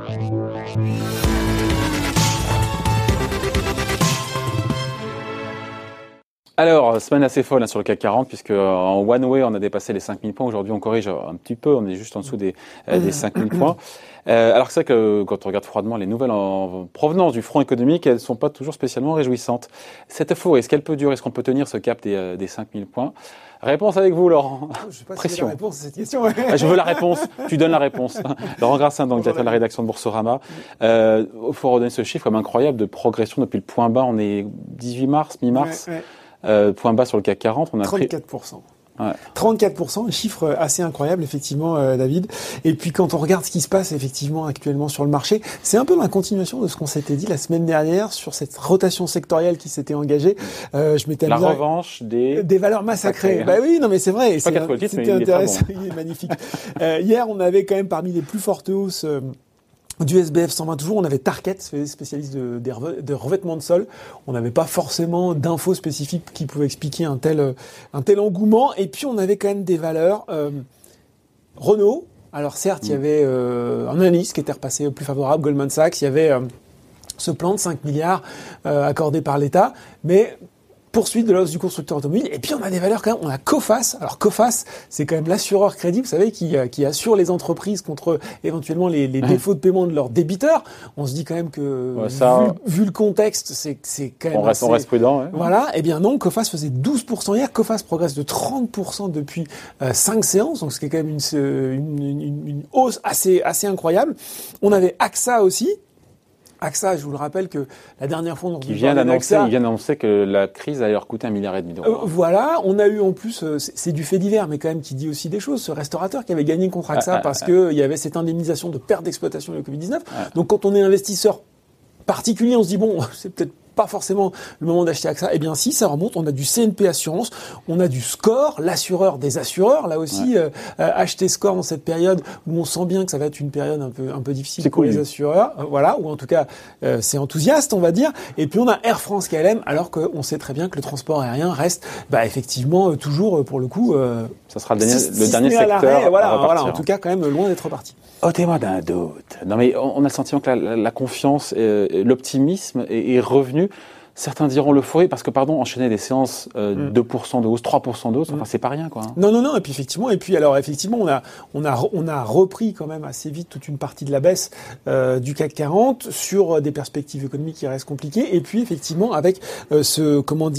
Alors, semaine assez folle sur le CAC 40, puisque en one way, on a dépassé les 5000 points. Aujourd'hui, on corrige un petit peu, on est juste en dessous des 5000 points. Alors c'est vrai que quand on regarde froidement les nouvelles en provenance du front économique, elles ne sont pas toujours spécialement réjouissantes. Cette euphorie, est-ce qu'elle peut durer? Est-ce qu'on peut tenir ce cap des 5000 points? Réponse avec vous, Laurent. Je ne sais pas Pression. si j'ai la réponse à cette question. Je veux la réponse. Tu donnes la réponse. Laurent Grassin, donc directeur de la rédaction de Boursorama. Il faut redonner ce chiffre comme incroyable de progression depuis le point bas. On est 18 mars, mi-mars. Point bas sur le CAC 40. On a 34%. Ouais. 34%, un chiffre assez incroyable effectivement, David. Et puis quand on regarde ce qui se passe effectivement actuellement sur le marché, c'est un peu la continuation de ce qu'on s'était dit la semaine dernière sur cette rotation sectorielle qui s'était engagée. Je m'étais la revanche des valeurs massacrées. Bah oui, non mais c'est vrai. C'était intéressant. Il est magnifique. Hier, on avait quand même parmi les plus fortes hausses. Du SBF 120 toujours, on avait Tarkett, spécialiste de revêtement de sol. On n'avait pas forcément d'infos spécifiques qui pouvaient expliquer un tel engouement. Et puis on avait quand même des valeurs. Renault. Alors certes, il y avait un analyste qui était repassé plus favorable, Goldman Sachs. Il y avait ce plan de 5 milliards accordé par l'État, mais poursuite de la hausse du constructeur automobile. Et puis on a des valeurs quand même, on a Coface. Alors Coface, c'est quand même l'assureur crédit, vous savez, qui assure les entreprises contre éventuellement les défauts de paiement de leurs débiteurs. On se dit quand même que vu le contexte, c'est quand même on reste prudent. Ouais. Voilà. Eh bien non, Coface faisait 12% hier. Coface progresse de 30% depuis 5 séances, donc c'est quand même une hausse assez incroyable. On avait AXA aussi. AXA, je vous le rappelle que la dernière fois, il vient d'annoncer que la crise allait leur coûter 1,5 milliard d'euros. Voilà, on a eu en plus, c'est du fait divers, mais quand même qui dit aussi des choses. Ce restaurateur qui avait gagné contre AXA parce que il y avait cette indemnisation de perte d'exploitation de la Covid-19. Donc quand on est investisseur particulier, on se dit bon, c'est peut-être pas forcément le moment d'acheter AXA. Eh bien si, ça remonte. On a du CNP Assurance, on a du Score, l'assureur des assureurs. Là aussi, acheter Score dans cette période où on sent bien que ça va être une période un peu difficile pour les assureurs. Voilà, ou en tout cas, c'est enthousiaste, on va dire. Et puis on a Air France KLM, alors qu'on sait très bien que le transport aérien reste, effectivement, toujours pour le coup. Ça sera le dernier secteur. Voilà, en tout cas, quand même loin d'être reparti. Ôtez-moi d'un doute. Non mais on a le sentiment que la confiance, l'optimisme est revenu. Certains diront l'euphorie parce que, enchaîner des séances 2% de hausse, 3% de hausse, enfin c'est pas rien quoi. Non. Et puis effectivement, on a repris quand même assez vite toute une partie de la baisse du CAC 40 sur des perspectives économiques qui restent compliquées. Et puis effectivement avec ce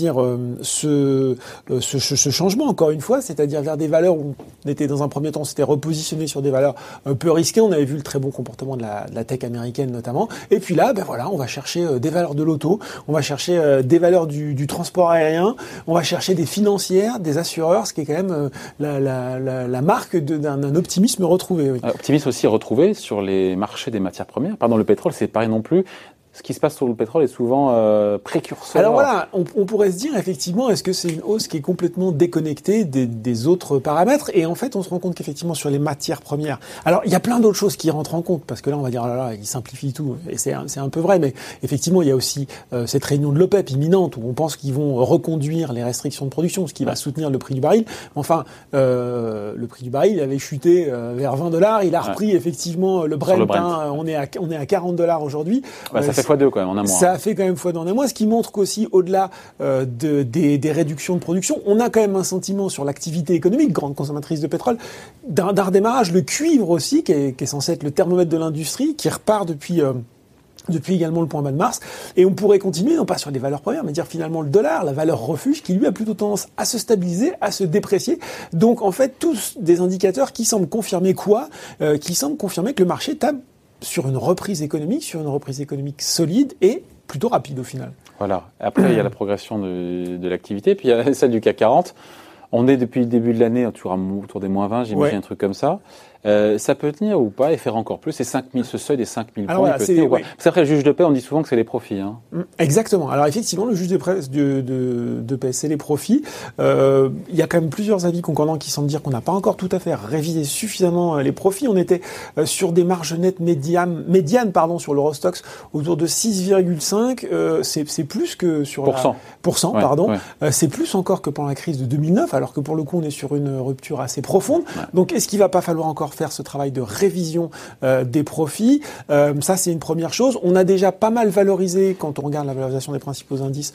changement encore une fois, c'est-à-dire vers des valeurs où on était dans un premier temps, on s'était repositionné sur des valeurs un peu risquées. On avait vu le très bon comportement de la tech américaine notamment. Et puis là, on va chercher des valeurs de l'auto, on va chercher des valeurs du transport aérien, on va chercher des financières, des assureurs, ce qui est quand même la marque d'un optimisme retrouvé. Oui. Optimisme aussi retrouvé sur les marchés des matières premières. Le pétrole, c'est pareil non plus. Ce qui se passe sur le pétrole est souvent précurseur. Alors voilà, on pourrait se dire effectivement, est-ce que c'est une hausse qui est complètement déconnectée des autres paramètres? Et en fait, on se rend compte qu'effectivement sur les matières premières, alors il y a plein d'autres choses qui rentrent en compte, parce que là on va dire oh là là, il simplifie tout, et c'est un peu vrai, mais effectivement il y a aussi cette réunion de l'OPEP imminente où on pense qu'ils vont reconduire les restrictions de production, ce qui va soutenir le prix du baril. Enfin, le prix du baril avait chuté vers $20, il a repris effectivement le Brent. On est à $40 aujourd'hui. Ça fait x2 quand même en un mois. Ça a fait quand même x2 en un mois, ce qui montre qu'aussi au-delà des réductions de production, on a quand même un sentiment sur l'activité économique, grande consommatrice de pétrole, d'un redémarrage. Le cuivre aussi, qui est censé être le thermomètre de l'industrie, qui repart depuis également le point bas de mars. Et on pourrait continuer, non pas sur les valeurs premières, mais dire finalement le dollar, la valeur refuge, qui lui a plutôt tendance à se stabiliser, à se déprécier. Donc en fait, tous des indicateurs qui semblent confirmer qui semblent confirmer que le marché tape sur une reprise économique solide et plutôt rapide au final. Voilà. Après, il y a la progression de l'activité, puis il y a celle du CAC 40. On est depuis le début de l'année autour des moins 20, j'imagine, un truc comme ça. Ça peut tenir ou pas et faire encore plus? Ce seuil des 5000 points, voilà, il peut tenir ou pas? Parce qu'après, le juge de paix, on dit souvent que c'est les profits. Hein. Exactement. Alors effectivement, le juge de paix, c'est les profits. Il y a quand même plusieurs avis concordants qui semblent dire qu'on n'a pas encore tout à fait révisé suffisamment les profits. On était sur des marges nettes médianes sur l'Eurostoxx autour de 6,5. C'est plus que sur c'est plus encore que pendant la crise de 2009, alors que pour le coup, on est sur une rupture assez profonde. Ouais. Donc, est-ce qu'il va pas falloir encore faire ce travail de révision des profits. Ça, c'est une première chose. On a déjà pas mal valorisé, quand on regarde la valorisation des principaux indices,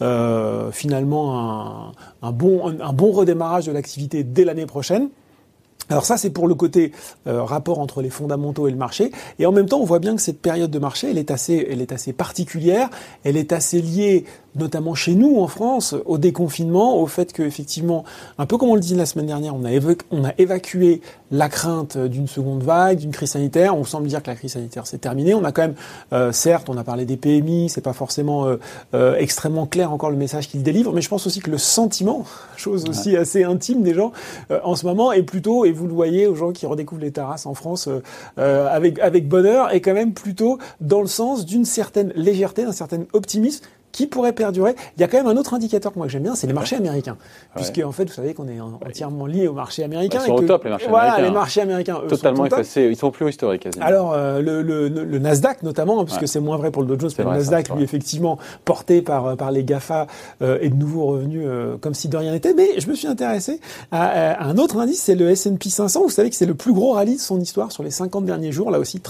finalement un bon redémarrage de l'activité dès l'année prochaine. Alors ça, c'est pour le côté rapport entre les fondamentaux et le marché. Et en même temps, on voit bien que cette période de marché, elle est assez particulière. Elle est assez liée, notamment chez nous en France, au déconfinement, au fait que effectivement, un peu comme on le disait la semaine dernière, on a évacué la crainte d'une seconde vague, d'une crise sanitaire. On semble dire que la crise sanitaire c'est terminé. On a quand même, certes, on a parlé des PMI, c'est pas forcément extrêmement clair encore le message qu'ils délivrent, mais je pense aussi que le sentiment, chose aussi assez intime des gens en ce moment, est plutôt, et vous le voyez aux gens qui redécouvrent les terrasses en France avec bonheur, est quand même plutôt dans le sens d'une certaine légèreté, d'un certain optimisme qui pourrait perdurer. Il y a quand même un autre indicateur que moi que j'aime bien, c'est les marchés américains. Puisque, en fait, vous savez qu'on est entièrement lié aux marchés américains. Ils sont au top, les marchés américains. Voilà, les marchés américains, eux, totalement effacés. Ils sont plus historiques, quasiment. Alors, le Nasdaq, notamment, puisque c'est moins vrai pour le Dow Jones, mais le Nasdaq, lui, effectivement, porté par les GAFA, est de nouveau revenu comme si de rien n'était. Mais je me suis intéressé à un autre indice, c'est le S&P 500. Vous savez que c'est le plus gros rallye de son histoire sur les 50 derniers jours. Là aussi,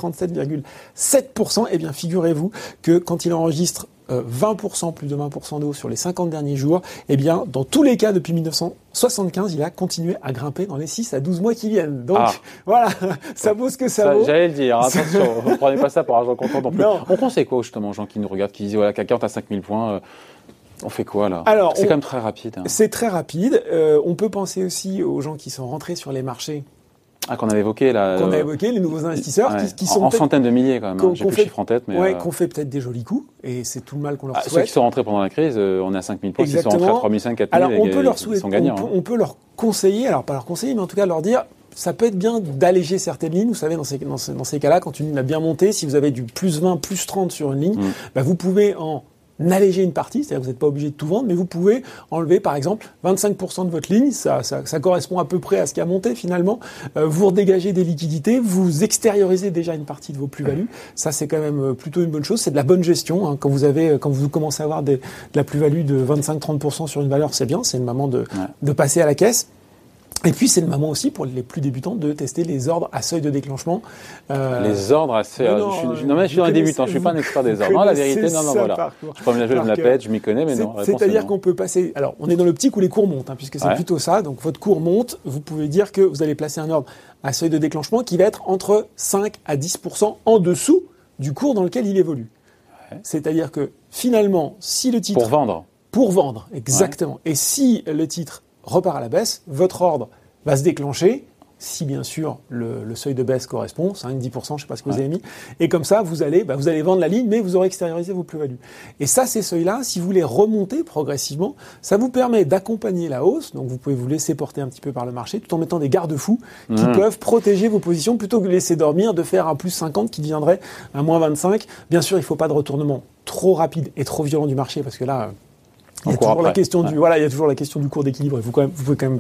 37,7%. Eh bien, figurez-vous que quand il enregistre 20%, plus de 20% de hausse sur les 50 derniers jours, eh bien, dans tous les cas, depuis 1975, il a continué à grimper dans les 6 à 12 mois qui viennent. Donc, voilà, ça vaut ce que ça vaut. J'allais le dire, attention, ne prenez pas ça pour argent comptant non plus. Non. On conseille quoi, justement, aux gens qui nous regardent, qui disent, voilà, CAC 40 à 5000 points, on fait quoi, là? Alors, c'est quand même très rapide. Hein. C'est très rapide. On peut penser aussi aux gens qui sont rentrés sur les marchés. Qu'on avait évoqué là. Qu'on a évoqué, les nouveaux investisseurs qui sont en centaines de milliers quand même. J'ai plus le chiffre en tête, mais qu'on fait peut-être des jolis coups et c'est tout le mal qu'on leur souhaite. Ceux qui sont rentrés pendant la crise, on est à 5000 points. S'ils sont rentrés à 3500, 4000, alors on peut leur ils sont gagnants. On peut leur conseiller, alors pas leur conseiller, mais en tout cas leur dire. Ça peut être bien d'alléger certaines lignes. Vous savez, dans ces cas-là, quand une ligne a bien monté, si vous avez du plus 20, plus 30 sur une ligne, vous pouvez en alléger une partie, c'est-à-dire que vous n'êtes pas obligé de tout vendre, mais vous pouvez enlever par exemple 25% de votre ligne, ça correspond à peu près à ce qui a monté finalement, vous redégagez des liquidités, vous extériorisez déjà une partie de vos plus-values, ça c'est quand même plutôt une bonne chose, c'est de la bonne gestion, hein. Quand vous commencez à avoir de la plus-value de 25-30% sur une valeur, c'est bien, c'est le moment de passer à la caisse. Et puis, c'est le moment aussi pour les plus débutants de tester les ordres à seuil de déclenchement. Les ordres à seuil. Je suis un débutant, je suis pas un expert des ordres. Non, la vérité, voilà. Je prends la je me la pète, je m'y connais, mais non. C'est-à-dire qu'on peut passer. Alors, on est dans l'optique où les cours montent, hein, puisque c'est plutôt ça. Donc, votre cours monte. Vous pouvez dire que vous allez placer un ordre à seuil de déclenchement qui va être entre 5 à 10% en dessous du cours dans lequel il évolue. Ouais. C'est-à-dire que finalement, si le titre. Pour vendre, exactement. Ouais. Et si le titre repart à la baisse, votre ordre va se déclencher, si bien sûr le seuil de baisse correspond, 5-10%, je ne sais pas ce que vous avez mis, et comme ça, vous allez vendre la ligne, mais vous aurez extériorisé vos plus-values. Et ça, ces seuils-là, si vous les remontez progressivement, ça vous permet d'accompagner la hausse, donc vous pouvez vous laisser porter un petit peu par le marché, tout en mettant des garde-fous qui peuvent protéger vos positions, plutôt que de laisser dormir, de faire un plus 50 qui deviendrait un moins 25. Bien sûr, il ne faut pas de retournement trop rapide et trop violent du marché, parce que là... Il y a toujours la question du cours d'équilibre. Vous pouvez quand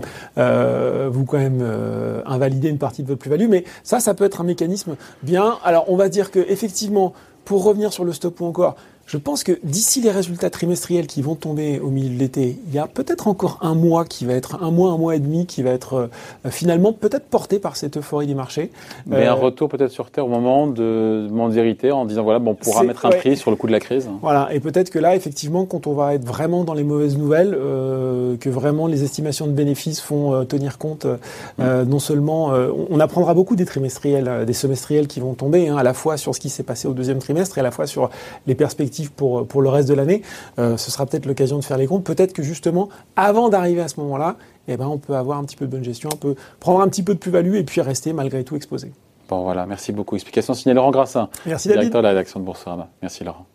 même invalider une partie de votre plus-value, mais ça peut être un mécanisme bien. Alors, on va dire que effectivement, pour revenir sur le stop ou encore, je pense que d'ici les résultats trimestriels qui vont tomber au milieu de l'été, il y a peut-être encore un mois et demi qui va être finalement peut-être porté par cette euphorie des marchés. Mais un retour peut-être sur terre au moment de vérité en disant voilà, on pourra mettre un prix sur le coup de la crise. Voilà, et peut-être que là, effectivement, quand on va être vraiment dans les mauvaises nouvelles, que vraiment les estimations de bénéfices font tenir compte, non seulement, on apprendra beaucoup des trimestriels, des semestriels qui vont tomber, hein, à la fois sur ce qui s'est passé au deuxième trimestre et à la fois sur les perspectives pour le reste de l'année. Ce sera peut-être l'occasion de faire les comptes. Peut-être que justement, avant d'arriver à ce moment-là, on peut avoir un petit peu de bonne gestion, on peut prendre un petit peu de plus-value et puis rester malgré tout exposé. Bon voilà, merci beaucoup. Explication signée Laurent Grassin. Merci David. Directeur de la rédaction de Boursorama. Merci Laurent.